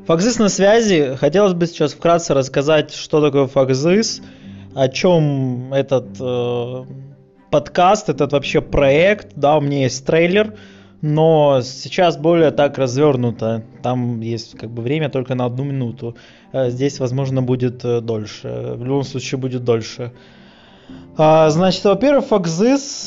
Факзис на связи. Хотелось бы сейчас вкратце рассказать, что такое Факзис, о чем этот подкаст, этот вообще проект. Да, у меня есть трейлер, но сейчас более так развернуто. Там есть как бы время только на 1 минуту. Здесь, возможно, будет дольше. В любом случае будет дольше. Значит, во-первых, Факзис,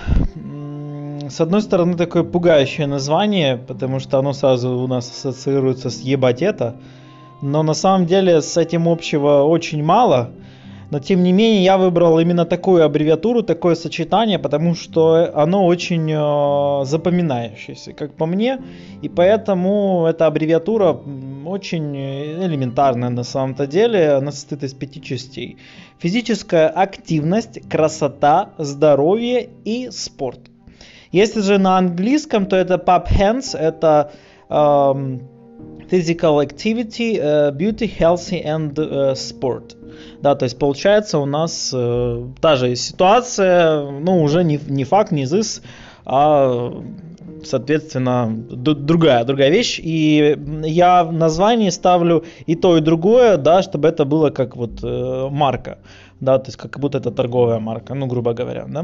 с одной стороны, такое пугающее название, потому что оно сразу у нас ассоциируется с «ебать это», но на самом деле с этим общего очень мало. Но тем не менее я выбрал именно такую аббревиатуру, такое сочетание, потому что оно очень запоминающееся, как по мне, и поэтому эта аббревиатура очень элементарная на самом-то деле. Она состоит из 5 частей: физическая активность, красота, здоровье и спорт. Если же на английском, то это pub hands, это physical activity, beauty, healthy and sport. Да, то есть получается у нас та же ситуация, ну уже не факт, не this, а соответственно другая вещь. И я в названии ставлю и то, и другое, да, чтобы это было как вот марка, да, то есть как будто это торговая марка, ну грубо говоря, да.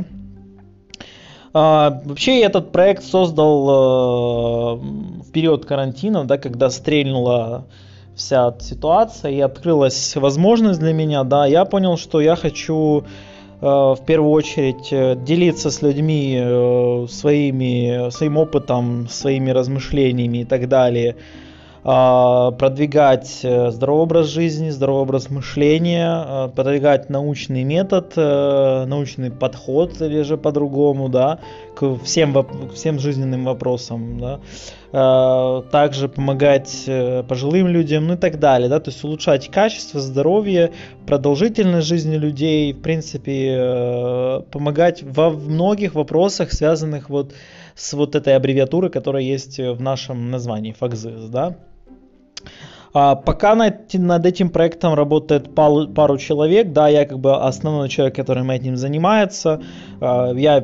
Вообще я этот проект создал в период карантина, да, когда стрельнула вся ситуация и открылась возможность для меня, да, я понял, что я хочу в первую очередь делиться с людьми своим опытом, своими размышлениями и так далее, продвигать здоровый образ жизни, здоровый образ мышления, продвигать научный метод, научный подход, или же по-другому, да, к всем жизненным вопросам, да. Также помогать пожилым людям, ну и так далее, да, то есть улучшать качество, здоровье, продолжительность жизни людей, в принципе, помогать во многих вопросах, связанных вот с вот этой аббревиатурой, которая есть в нашем названии Факзис, да. Пока над этим проектом работает пару человек, да, я как бы основной человек, который этим занимается. Я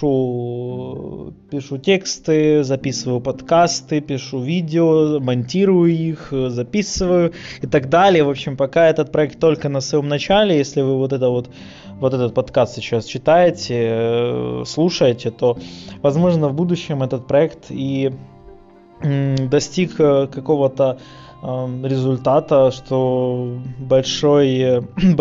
пишу тексты, записываю подкасты, пишу видео, монтирую их, записываю и так далее. В общем, пока этот проект только на своем начале. Если вы вот этот подкаст сейчас читаете, слушаете, то, возможно, в будущем этот проект и достиг какого-то результата, что большой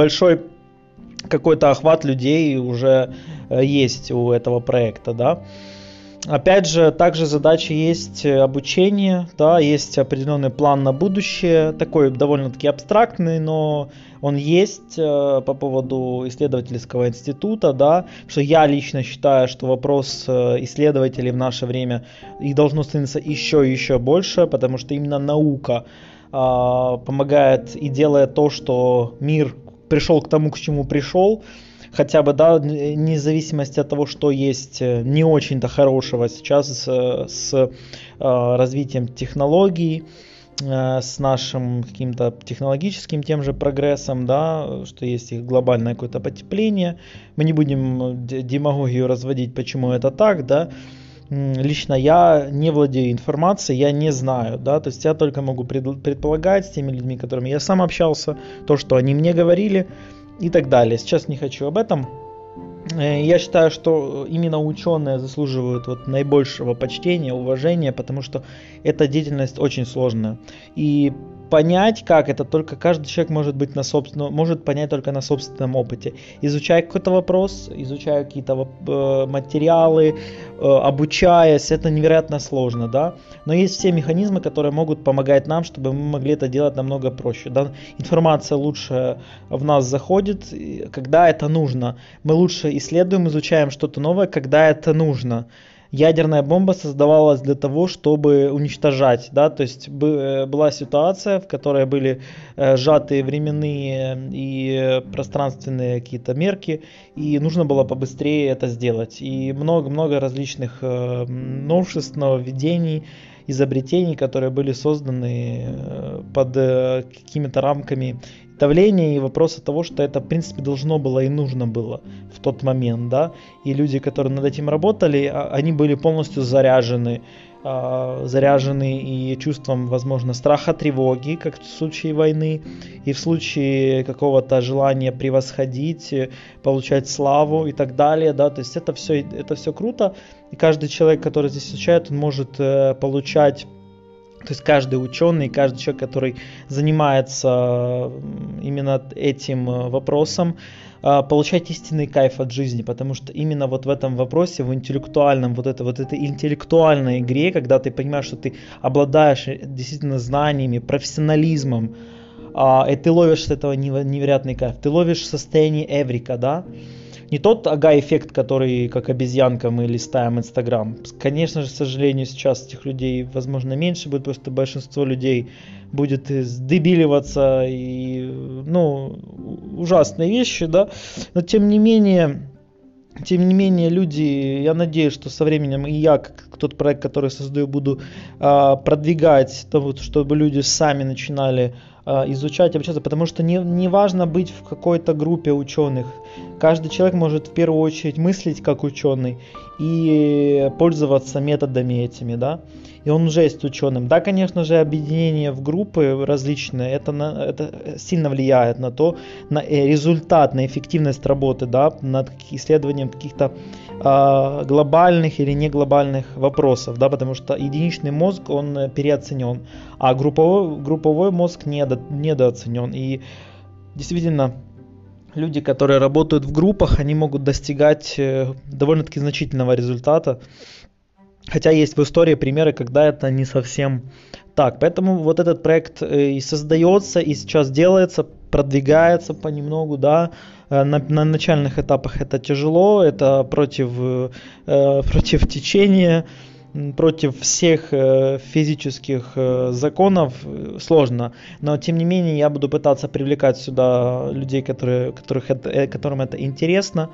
какой-то охват людей уже есть у этого проекта, да. Опять же, также задача есть обучение, да, есть определенный план на будущее, такой довольно-таки абстрактный, но он есть по поводу исследовательского института, да, что я лично считаю, что вопрос исследователей в наше время их должно становиться еще и еще больше, потому что именно наука помогает и делает то, что мир пришел к тому, к чему пришел. Хотя бы, да, вне зависимости от того, что есть не очень-то хорошего сейчас с развитием технологий, с нашим каким-то технологическим тем же прогрессом, да, что есть их глобальное какое-то потепление. Мы не будем демагогию разводить, почему это так, да. Лично я не владею информацией, я не знаю, да, то есть я только могу предполагать с теми людьми, с которыми я сам общался, то, что они мне говорили и так далее. Сейчас не хочу об этом. Я считаю, что именно ученые заслуживают вот наибольшего почтения, уважения, потому что эта деятельность очень сложная. И понять, как это, только каждый человек может понять только на собственном опыте. Изучая какой-то вопрос, изучая какие-то материалы, обучаясь, это невероятно сложно, да. Но есть все механизмы, которые могут помогать нам, чтобы мы могли это делать намного проще. Да? Информация лучше в нас заходит, когда это нужно. Мы лучше исследуем, изучаем что-то новое, когда это нужно. Ядерная бомба создавалась для того, чтобы уничтожать, да, то есть была ситуация, в которой были сжатые временные и пространственные какие-то мерки, и нужно было побыстрее это сделать. И много различных новшеств, нововведений, изобретений, которые были созданы под какими-то рамками давление и вопросы того, что это, в принципе, должно было и нужно было в тот момент, да, и люди, которые над этим работали, они были полностью заряжены и чувством, возможно, страха, тревоги, как в случае войны, и в случае какого-то желания превосходить, получать славу и так далее, да, то есть это все круто, и каждый человек, который здесь изучает, он может получать, то есть каждый ученый, каждый человек, который занимается именно этим вопросом, получать истинный кайф от жизни, потому что именно вот в этом вопросе, в интеллектуальном, вот этой интеллектуальной игре, когда ты понимаешь, что ты обладаешь действительно знаниями, профессионализмом, и ты ловишь с этого невероятный кайф, ты ловишь состояние эврика, да, не тот ага-эффект, который как обезьянка мы листаем Инстаграм. Конечно же, к сожалению, сейчас этих людей, возможно, меньше будет, потому что большинство людей будет сдебиливаться и, ужасные вещи, да. Но тем не менее, люди, я надеюсь, что со временем и я, как тот проект, который создаю, буду продвигать, чтобы люди сами начинали изучать, обучаться, потому что не важно быть в какой-то группе ученых. Каждый человек может в первую очередь мыслить как ученый и пользоваться методами этими, да. И он уже есть ученым. Да, конечно же, объединение в группы различные, это сильно влияет на результат, на эффективность работы, да, над исследованием каких-то глобальных или не глобальных вопросов, да, потому что единичный мозг, он переоценен, а групповой мозг недооценен. И действительно, люди, которые работают в группах, они могут достигать довольно-таки значительного результата. Хотя есть в истории примеры, когда это не совсем так. Поэтому вот этот проект и создается, и сейчас делается, продвигается понемногу, да. На начальных этапах это тяжело, это против течения, против всех физических законов сложно. Но тем не менее я буду пытаться привлекать сюда людей, которым это интересно.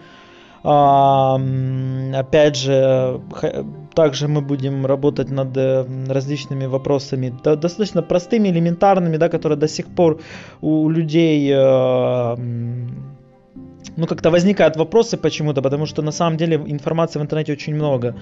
Опять же, также мы будем работать над различными вопросами, достаточно простыми, элементарными, да, которые до сих пор у людей как-то возникают вопросы почему-то, потому что на самом деле информации в интернете очень много,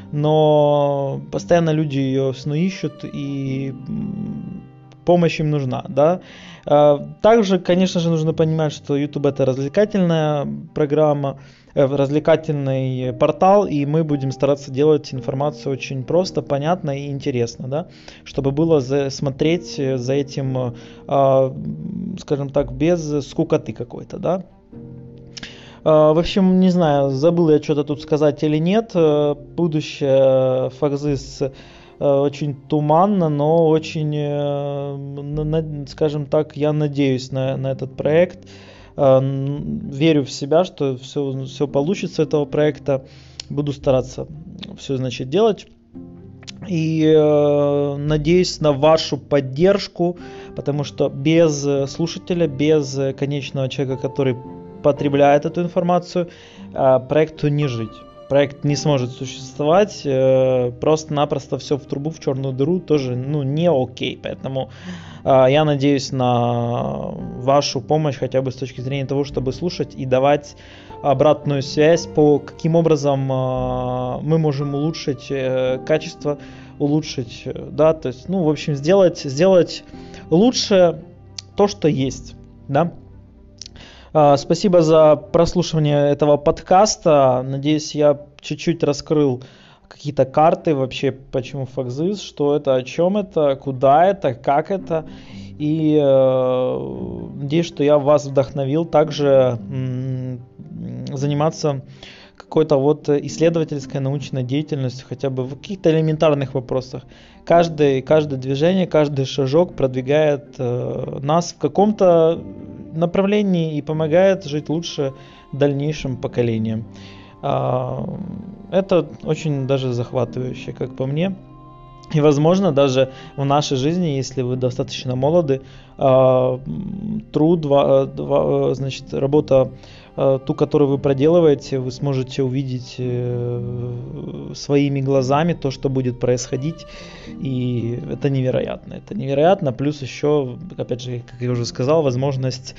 но постоянно люди ее ищут, и помощь им нужна, да. Также, конечно же, нужно понимать, что YouTube это развлекательная программа, развлекательный портал, и мы будем стараться делать информацию очень просто, понятно и интересно, да, чтобы было смотреть за этим, скажем так, без скукоты какой-то, да. В общем, не знаю, забыл я что-то тут сказать или нет. Будущее Факзис очень туманно, но очень, скажем так, я надеюсь на этот проект. Верю в себя, что все получится с этого проекта. Буду стараться все, делать. И надеюсь на вашу поддержку, потому что без слушателя, без конечного человека, который потребляет эту информацию, проекту не жить. Проект не сможет существовать, просто-напросто все в трубу, в черную дыру тоже не окей. Поэтому я надеюсь на вашу помощь хотя бы с точки зрения того, чтобы слушать и давать обратную связь, каким образом мы можем улучшить качество, улучшить, да, то есть, в общем, сделать лучше то, что есть, да. Спасибо за прослушивание этого подкаста. Надеюсь, я чуть-чуть раскрыл какие-то карты вообще, почему Факзис, что это, о чем это, куда это, как это. И надеюсь, что я вас вдохновил также заниматься какой-то исследовательской научной деятельностью, хотя бы в каких-то элементарных вопросах. Каждое движение, каждый шажок продвигает нас в каком-то направлении и помогает жить лучше дальнейшим поколениям. Это очень даже захватывающе, как по мне. И, возможно, даже в нашей жизни, если вы достаточно молоды, работа ту, которую вы проделываете, вы сможете увидеть своими глазами то, что будет происходить, и это невероятно. Это невероятно, плюс еще, опять же, как я уже сказал, возможность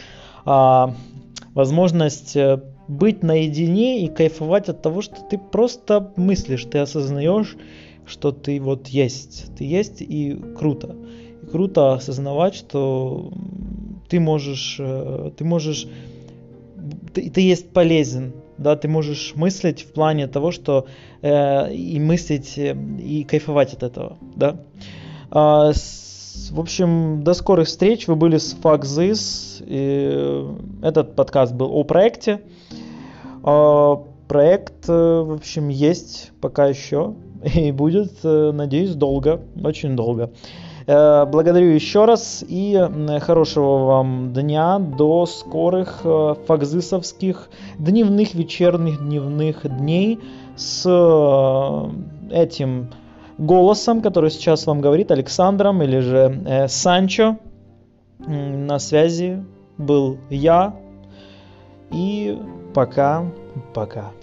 быть наедине и кайфовать от того, что ты просто мыслишь, ты осознаешь, что ты вот есть, и круто. И круто осознавать, что ты есть полезен, да, ты можешь мыслить в плане того, что и мыслить, и кайфовать от этого, да. В общем, до скорых встреч, вы были с Fuck This, и этот подкаст был о проекте. Проект, в общем, есть пока еще, и будет, надеюсь, долго, очень долго. Благодарю еще раз и хорошего вам дня, до скорых факзисовских дневных, вечерних, дневных дней с этим голосом, который сейчас вам говорит, Александром или же Санчо. На связи был я, и пока.